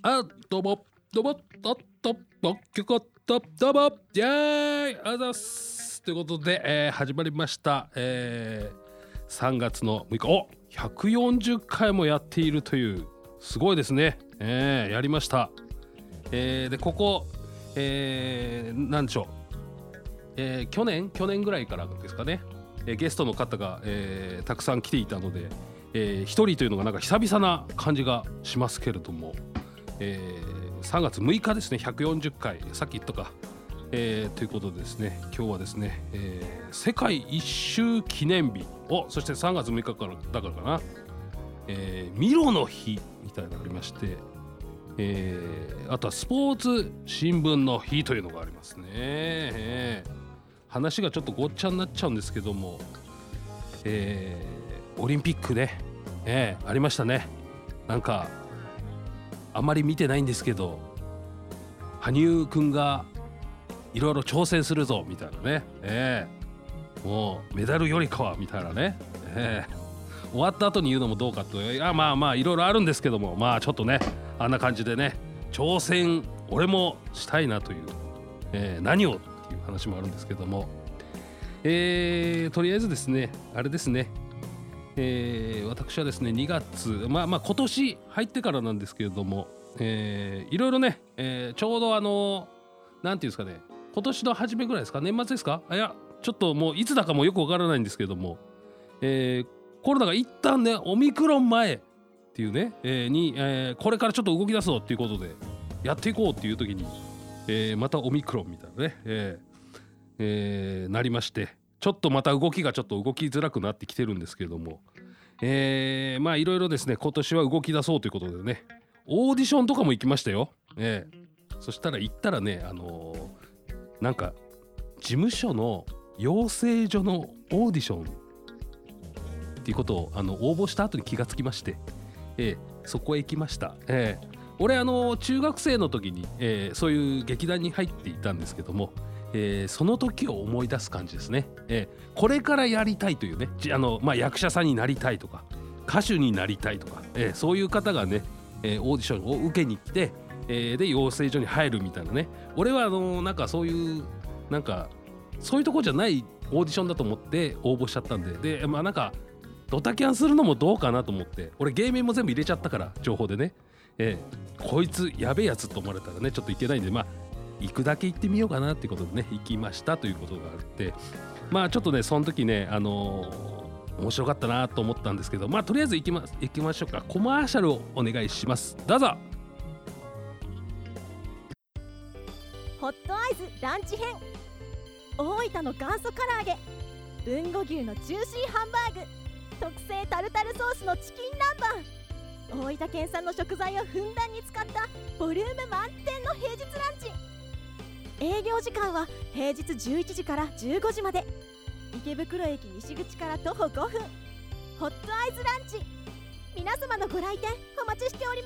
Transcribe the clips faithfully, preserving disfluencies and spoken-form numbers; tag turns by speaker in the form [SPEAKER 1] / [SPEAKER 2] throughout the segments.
[SPEAKER 1] あどうもどうもどっとぼっきょこっとどうもイエーイあざっすということで、えー、始まりました、えー、さんがつのむいかおひゃくよんじゅっかいもやっているというすごいですね、えー、やりました、えー、でここ、えー、なんでしょう、えー、去年去年ぐらいからですかね、えー、ゲストの方が、えー、たくさん来ていたので、えー、ひとりというのがなんか久々な感じがしますけれども、えー、さんがつむいかですね、ひゃくよんじゅっかいさっき言ったか、えー、ということでですね、今日はですね、えー、世界一周記念日を、そしてさんがつむいかからだからかな、えー、ミロの日みたいなのがありまして、えー、あとはスポーツ新聞の日というのがありますね、えー、話がちょっとごっちゃになっちゃうんですけども、えー、オリンピックね、えー、ありましたね。なんかあんまり見てないんですけど、羽生くんがいろいろ挑戦するぞみたいなね、えー、もうメダルよりかはみたいなね、えー、終わった後に言うのもどうかと、いやまあまあいろいろあるんですけども、まあちょっとねあんな感じでね、挑戦俺もしたいなという、えー、何をっていう話もあるんですけども、えー、とりあえずですねあれですね、えー、私はですねにがつ、まあまあ今年入ってからなんですけれども、えー、いろいろね、えー、ちょうどあのなんていうんですかね、今年の初めぐらいですか、年末ですか、いやちょっともういつだかもよくわからないんですけれども、えー、コロナが一旦ねオミクロン前っていうね、えー、に、えー、これからちょっと動き出そうっていうことでやっていこうっていう時に、えー、またオミクロンみたいなね、えーえー、なりまして、ちょっとまた動きがちょっと動きづらくなってきてるんですけれども、えー、まあいろいろですね今年は動き出そうということでね、オーディションとかも行きましたよ、えー、そしたら行ったらね、あのー、なんか事務所の養成所のオーディションっていうことをあの応募した後に気がつきまして、えー、そこへ行きました、えー、俺あのー、中学生の時に、えー、そういう劇団に入っていたんですけども、えー、その時を思い出す感じですね、えー、これからやりたいというね、あの、まあ、役者さんになりたいとか歌手になりたいとか、えー、そういう方がね、えー、オーディションを受けに来て、えー、で養成所に入るみたいなね、俺はあのなんかそういうなんかそういうとこじゃないオーディションだと思って応募しちゃったんで、でまあなんかドタキャンするのもどうかなと思って、俺芸名も全部入れちゃったから情報でね、えー、こいつやべえやつと思われたらねちょっといけないんで、まあ行くだけ行ってみようかなっていうことでね行きましたということがあって、まあちょっとねその時ねあのー、面白かったなと思ったんですけど、まあとりあえず行きま行きましょうか。コマーシャルをお願いします、どうぞ。
[SPEAKER 2] ホットアイズランチ編、大分の元祖唐揚げ、豊後牛のジューシーハンバーグ、特製タルタルソースのチキン南蛮、大分県産の食材をふんだんに使ったボリューム満点の平日ランチ。営業時間は平日じゅういちじからじゅうごじまで、池袋駅西口から徒歩ごふん、ホットアイズランチ、皆様のご来店お待ちしております。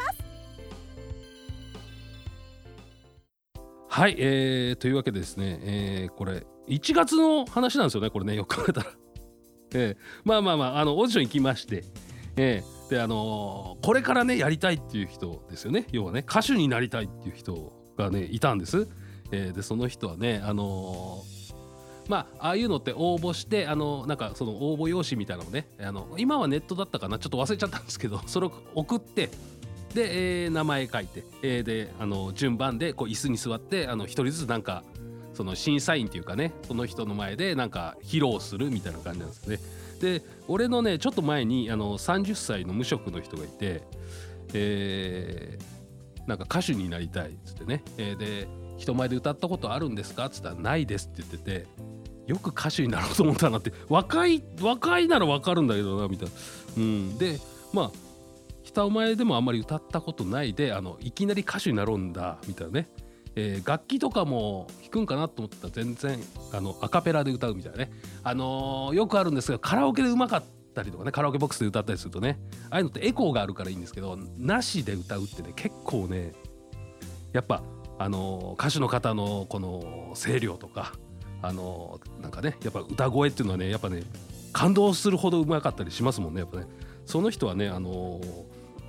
[SPEAKER 1] はい、えー、というわけでですね、えー、これいちがつの話なんですよね、これね、よく考えたら、えー、まあまあまああのオーディション行きまして、えー、であのー、これからねやりたいっていう人ですよね、要はね歌手になりたいっていう人がねいたんです。えー、でその人はねあのー、まあああいうのって応募してあのー、なんかその応募用紙みたいなのね、あの今はネットだったかな、ちょっと忘れちゃったんですけど、それを送ってで、えー、名前書いて、えー、であの順番でこう椅子に座ってあの一人ずつなんかその審査員っていうかね、その人の前でなんか披露するみたいな感じなんですね。で俺のねちょっと前にあのさんじゅっさいの無職の人がいて、えー、なんか歌手になりたいっつってね、えー、で人前で歌ったことあるんですかっつったらないですって言ってて、よく歌手になろうと思ったなって、若い若いなら分かるんだけどなみたいな、うん、でまあ人前でもあんまり歌ったことないで、あのいきなり歌手になろうんだみたいなね、えー、楽器とかも弾くんかなと思ったら全然あのアカペラで歌うみたいなね、あのー、よくあるんですが、カラオケでうまかったりとかね、カラオケボックスで歌ったりするとね、ああいうのってエコーがあるからいいんですけど、なしで歌うってね結構ねやっぱあのー、歌手の方のこの声量とかあのー、なんかねやっぱ歌声っていうのはねやっぱね感動するほどうまかったりしますもんね、やっぱね。その人はねあのー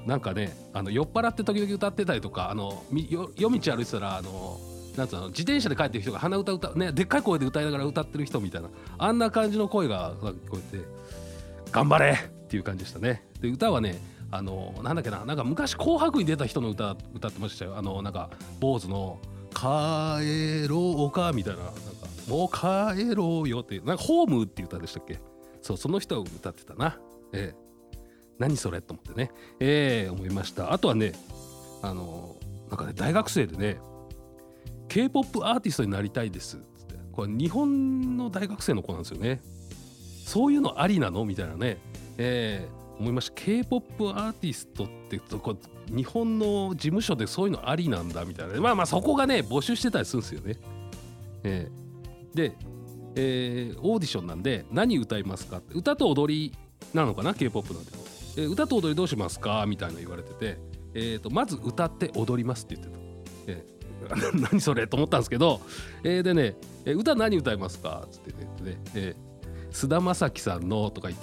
[SPEAKER 1] なんかねあの酔っ払って時々歌ってたりとか、あのよ夜道歩いてたらあのなんつうの自転車で帰ってる人が鼻歌歌うね、でっかい声で歌いながら歌ってる人みたいな、あんな感じの声が聞こえて頑張れっていう感じでしたね。で歌はねあのなんだっけな、なんか昔紅白に出た人の歌歌ってましたよ。あのなんか坊主の帰ろうかみたいな、なんかもう帰ろうよっていう、なんかホームっていう歌でしたっけ。そう、その人を歌ってたな。ええ、何それと思ってね、ええ思いました。あとはねあのなんかね大学生でね K-ポップ アーティストになりたいですって、これ日本の大学生の子なんですよね。そういうのありなのみたいなね、ええ思いました。 K-ポップ アーティストってこ日本の事務所でそういうのありなんだみたいな、まあまあそこがね募集してたりするんですよね。えー、で、えー、オーディションなんで何歌いますかって、歌と踊りなのかな K-ポップ なんで、えー、歌と踊りどうしますかみたいな言われてて、えー、とまず歌って踊りますって言ってた。えー、何それと思ったんですけど、えー、でね、えー、歌何歌いますかつってね、えー、菅田将暉さんのとか言って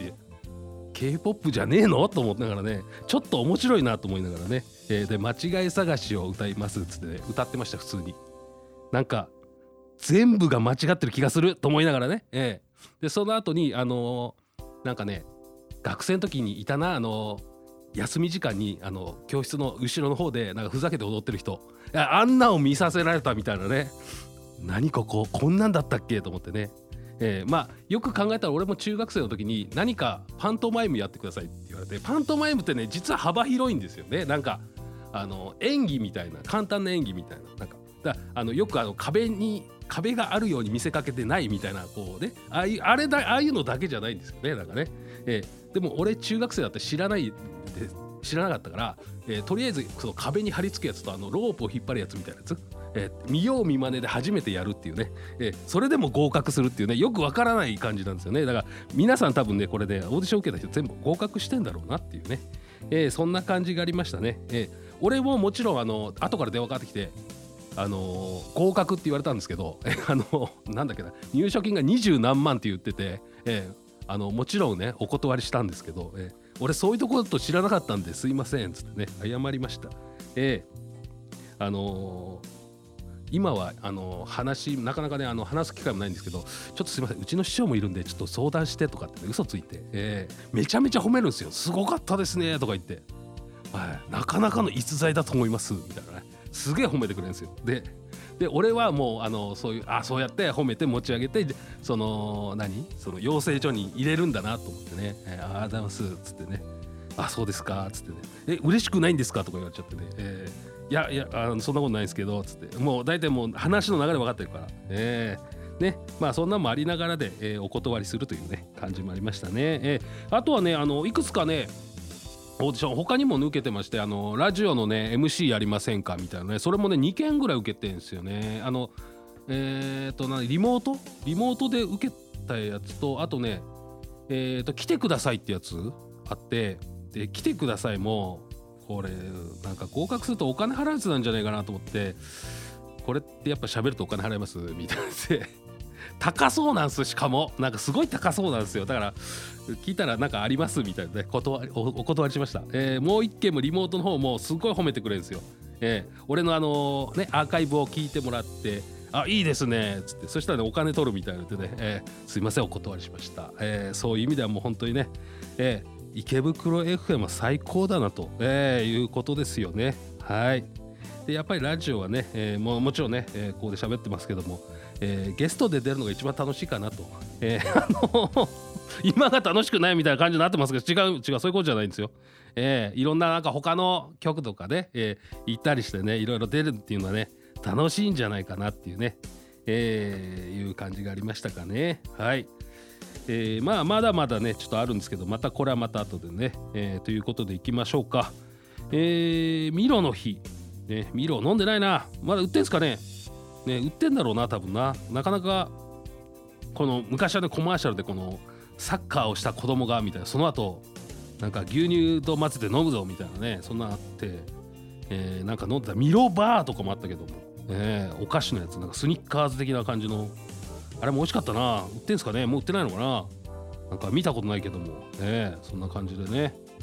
[SPEAKER 1] 、K-ポップ じゃねえのと思いながらね、ちょっと面白いなと思いながらね、えー、で間違い探しを歌いますっつってね歌ってました普通に。なんか全部が間違ってる気がすると思いながらね、えー、でその後にあのー、なんかね学生の時にいたな、あのー、休み時間にあの教室の後ろの方でなんかふざけて踊ってる人、いやあんなを見させられたみたいなね、何こここんなんだったっけと思ってね。えー、まあよく考えたら俺も中学生の時に何かパントマイムやってくださいって言われて、パントマイムってね実は幅広いんですよね。なんかあの演技みたいな、簡単な演技みたいな、なんかだあのよくあの壁に壁があるように見せかけてないみたいな、こうね、ああいうあれだああいうのだけじゃないんですよね。なんかね、えー、でも俺中学生だって知らないで知らなかったから、えー、とりあえずその壁に貼り付くやつとあのロープを引っ張るやつみたいなやつ、えー、見よう見まねで初めてやるっていうね、えー、それでも合格するっていうね、よくわからない感じなんですよね。だから皆さん多分ねこれでオーディション受けた人全部合格してんだろうなっていうね、えー、そんな感じがありましたね。えー、俺ももちろんあの後から電話かかってきて、あのー、合格って言われたんですけど、えー、あのなんだっけな、入所金が二十何万って言ってて、えー、あのもちろんねお断りしたんですけど、えー、俺そういうところと知らなかったんですいませんつってね謝りました。えー、あのー今はあの話なかなかねあの話す機会もないんですけど、ちょっとすいませんうちの師匠もいるんでちょっと相談してとかって、ね、嘘ついて、えー、めちゃめちゃ褒めるんですよ。すごかったですねとか言って、はい、なかなかの逸材だと思いますみたいなね、すげえ褒めてくれるんですよ。でで俺はもうあのそういうあそうやって褒めて持ち上げて、その何その養成所に入れるんだなと思ってね、えー、ありがとうございますっつってね、あそうですかっつってね、え嬉しくないんですかとか言われちゃってね、えーいやいやあのそんなことないですけどつって、もう大体もう話の流れ分かってるから、えー、ねまあそんなのもありながらで、えー、お断りするというね感じもありましたね。えー、あとはねあのいくつかねオーディション他にも抜けてまして、あのラジオのね エムシー やりませんかみたいなね、それもねにけんぐらい受けてんですよね。あのえっ、ー、となリモートリモートで受けたやつと、あとねえっ、ー、と来てくださいってやつあって、で来てくださいもこれなんか合格するとお金払うやつなんじゃないかなと思って、これってやっぱ喋るとお金払いますみたいなで高そうなんです。しかもなんかすごい高そうなんですよ。だから聞いたらなんかありますみたいなね断り お, お断りしました。えー、もう一件もリモートの方もすごい褒めてくれるんですよ。えー、俺のあのねアーカイブを聞いてもらって、あいいですねっつって、そしたらねお金取るみたいなのでね、えー、すいませんお断りしました。えー、そういう意味ではもう本当にね、えー池袋 エフエム は最高だなと、えー、いうことですよね。はい。でやっぱりラジオはね、えー、も, もちろんね、えー、ここで喋ってますけども、えー、ゲストで出るのが一番楽しいかなと、えー、あの今が楽しくないみたいな感じになってますけど、違う違うそういうことじゃないんですよ。えー、いろんななんか他の曲とかね、えー、行ったりしてねいろいろ出るっていうのはね楽しいんじゃないかなっていうね、えー、いう感じがありましたかね。はい。えー、まあまだまだねちょっとあるんですけど、またこれはまた後でね、えー、ということでいきましょうか。えー、ミロの日、ね、ミロ飲んでないな、まだ売ってんすかね。ね売ってんだろうな多分な。なかなかこの昔はねコマーシャルでこのサッカーをした子供がみたいな、その後なんか牛乳と混ぜて飲むぞみたいなね、そんなあって、えー、なんか飲んでたミロバーとかもあったけども、えー、お菓子のやつなんかスニッカーズ的な感じのあれも美味しかったな。売ってんすかね。もう売ってないのかな。なんか見たことないけども、えー、そんな感じでね、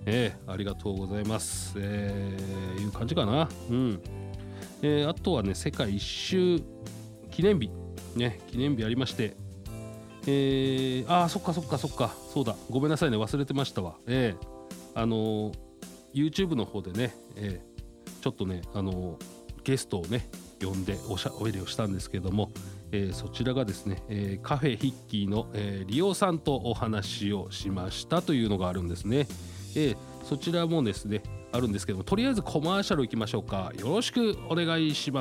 [SPEAKER 1] えー、ありがとうございます、えー、いう感じかな。うん、えー、あとはね世界一周記念日ね記念日ありまして、えー、あーそっかそっかそっかそうだごめんなさいね忘れてましたわ。えー、あのー、YouTube の方でね、えー、ちょっとねあのー、ゲストをね呼んでおしゃお入れをしたんですけども、えー、そちらがですね、えー、カフェヒッキーの、えー、リオさんとお話をしましたというのがあるんですね。えー、そちらもですねあるんですけども、とりあえずコマーシャルいきましょうか。よろしくお願いします。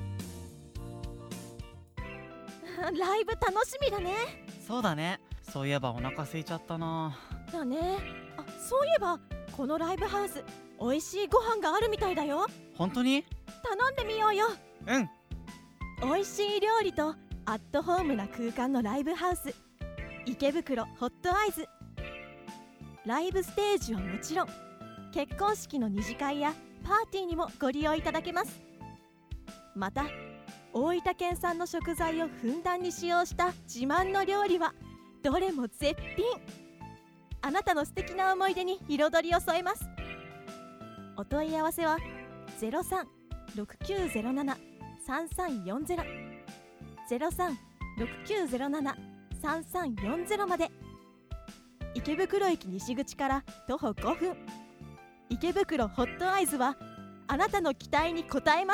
[SPEAKER 2] ライブ楽しみだね。
[SPEAKER 3] そうだね。そういえばお腹空いちゃったな。
[SPEAKER 2] だね。あ、そういえばこのライブハウス美味しいご飯があるみたいだよ。
[SPEAKER 3] 本当に？
[SPEAKER 2] 頼んでみようよ。
[SPEAKER 3] うん。
[SPEAKER 2] 美味しい料理とアットホームな空間のライブハウス、池袋ホットアイズ。ライブステージはもちろん、結婚式の二次会やパーティーにもご利用いただけます。また大分県産の食材をふんだんに使用した自慢の料理はどれも絶品。あなたの素敵な思い出に彩りを添えます。お問い合わせは ゼロさん ろくきゅうゼロなな さんさんよんゼロ ゼロさん ろくきゅうゼロなな さんさんよんゼロまで。池袋駅西口から徒歩ごふん、池袋ホットアイズはあなたの期待に応えます。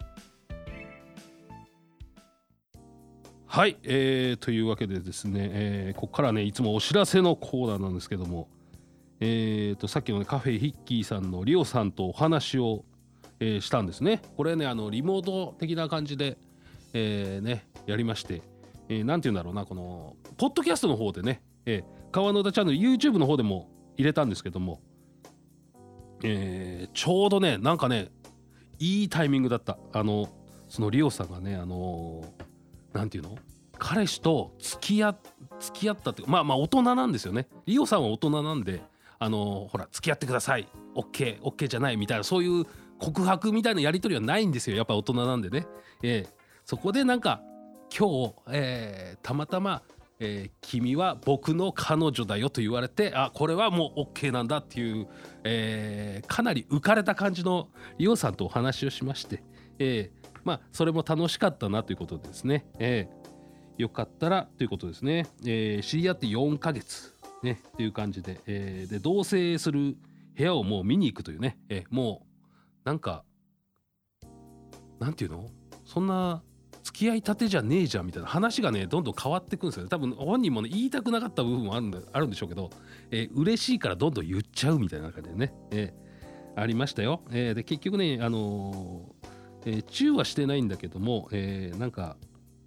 [SPEAKER 1] はい、えー、というわけでですね、えー、ここからねいつもお知らせのコーナーなんですけども、えー、とさっきの、ね、カフェヒッキーさんのリオさんとお話を、えー、したんですね。これねあのリモート的な感じで、えー、ねやりまして、えー、なんていうんだろうな、このポッドキャストの方でね、えー川野田チャンネル YouTube の方でも入れたんですけども、えー、ちょうどねなんかねいいタイミングだった。あのそのリオさんがねあのー、なんていうの彼氏と付き合付き合ったってまあまあ大人なんですよね。リオさんは大人なんで、あのー、ほら付き合ってください OK OK じゃないみたいな、そういう告白みたいなやり取りはないんですよ。やっぱ大人なんでね、えー、そこでなんか今日、えー、たまたまえー、君は僕の彼女だよと言われて、あこれはもう OK なんだっていう、えー、かなり浮かれた感じのリオさんとお話をしまして、えー、まあそれも楽しかったなということでですね、えー、よかったらということですね、えー、知り合ってよんかげつねっていう感じで、えー、で同棲する部屋をもう見に行くというね、えー、もうなんかなんていうのそんな付き合いたてじゃねえじゃんみたいな話がねどんどん変わってくんですよね。多分本人もね言いたくなかった部分もあるんで、あるんでしょうけど、えー、嬉しいからどんどん言っちゃうみたいな感じでね、えー、ありましたよ。えー、で結局ねあのーえー、チューはしてないんだけども、えー、なんか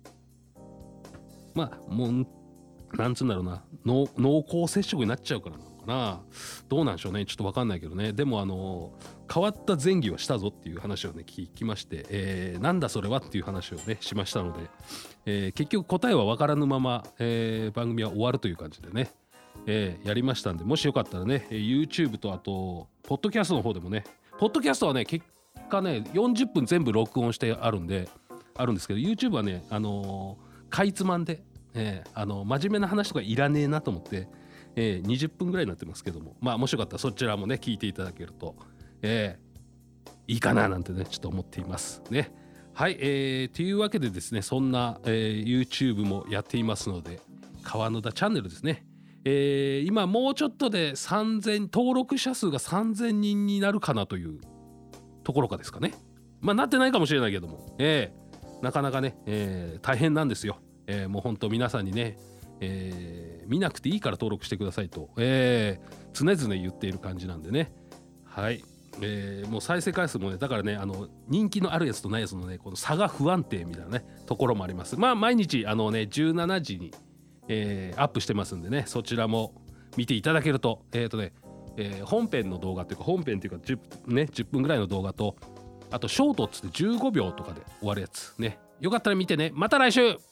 [SPEAKER 1] まあもうなんつうんだろうな、濃厚接触になっちゃうからなのかな、どうなんでしょうね、ちょっと分かんないけどね。でもあの変わった前戯はしたぞっていう話をね聞きまして、えー、なんだそれはっていう話をねしましたので、えー、結局答えは分からぬまま、えー、番組は終わるという感じでね、えー、やりましたんで、もしよかったらね YouTube とあとポッドキャストの方でもね、ポッドキャストはね結果ねよんじゅっぷん全部録音してあるんであるんですけど、 YouTube はねあのー、かいつまんで、えー、あの真面目な話とかいらねえなと思って、えー、にじゅっぷんぐらいになってますけども、まあもしよかったらそちらもね聞いていただけると、えー、いいかななんてねちょっと思っていますね。はい、えー、というわけでですね、そんな、えー、YouTube もやっていますので、川野田チャンネルですね、えー、今もうちょっとでさんぜん登録者数がさんぜんにんになるかなというところかですかね。まあなってないかもしれないけども、えー、なかなかね、えー、大変なんですよ。えー、もう本当皆さんにね、えー、見なくていいから登録してくださいと、えー、常々言っている感じなんでね。はい、えー、もう再生回数もねだからね、あの人気のあるやつとないやつのねこの差が不安定みたいなねところもあります。まあ毎日あのねじゅうしちじに、えー、アップしてますんでね、そちらも見ていただけると、えーとねえー、本編の動画っていうか本編っていうか 10, ね、じゅっぷんぐらいの動画と、あとショートっつってじゅうごびょうとかで終わるやつね、よかったら見てね。また来週。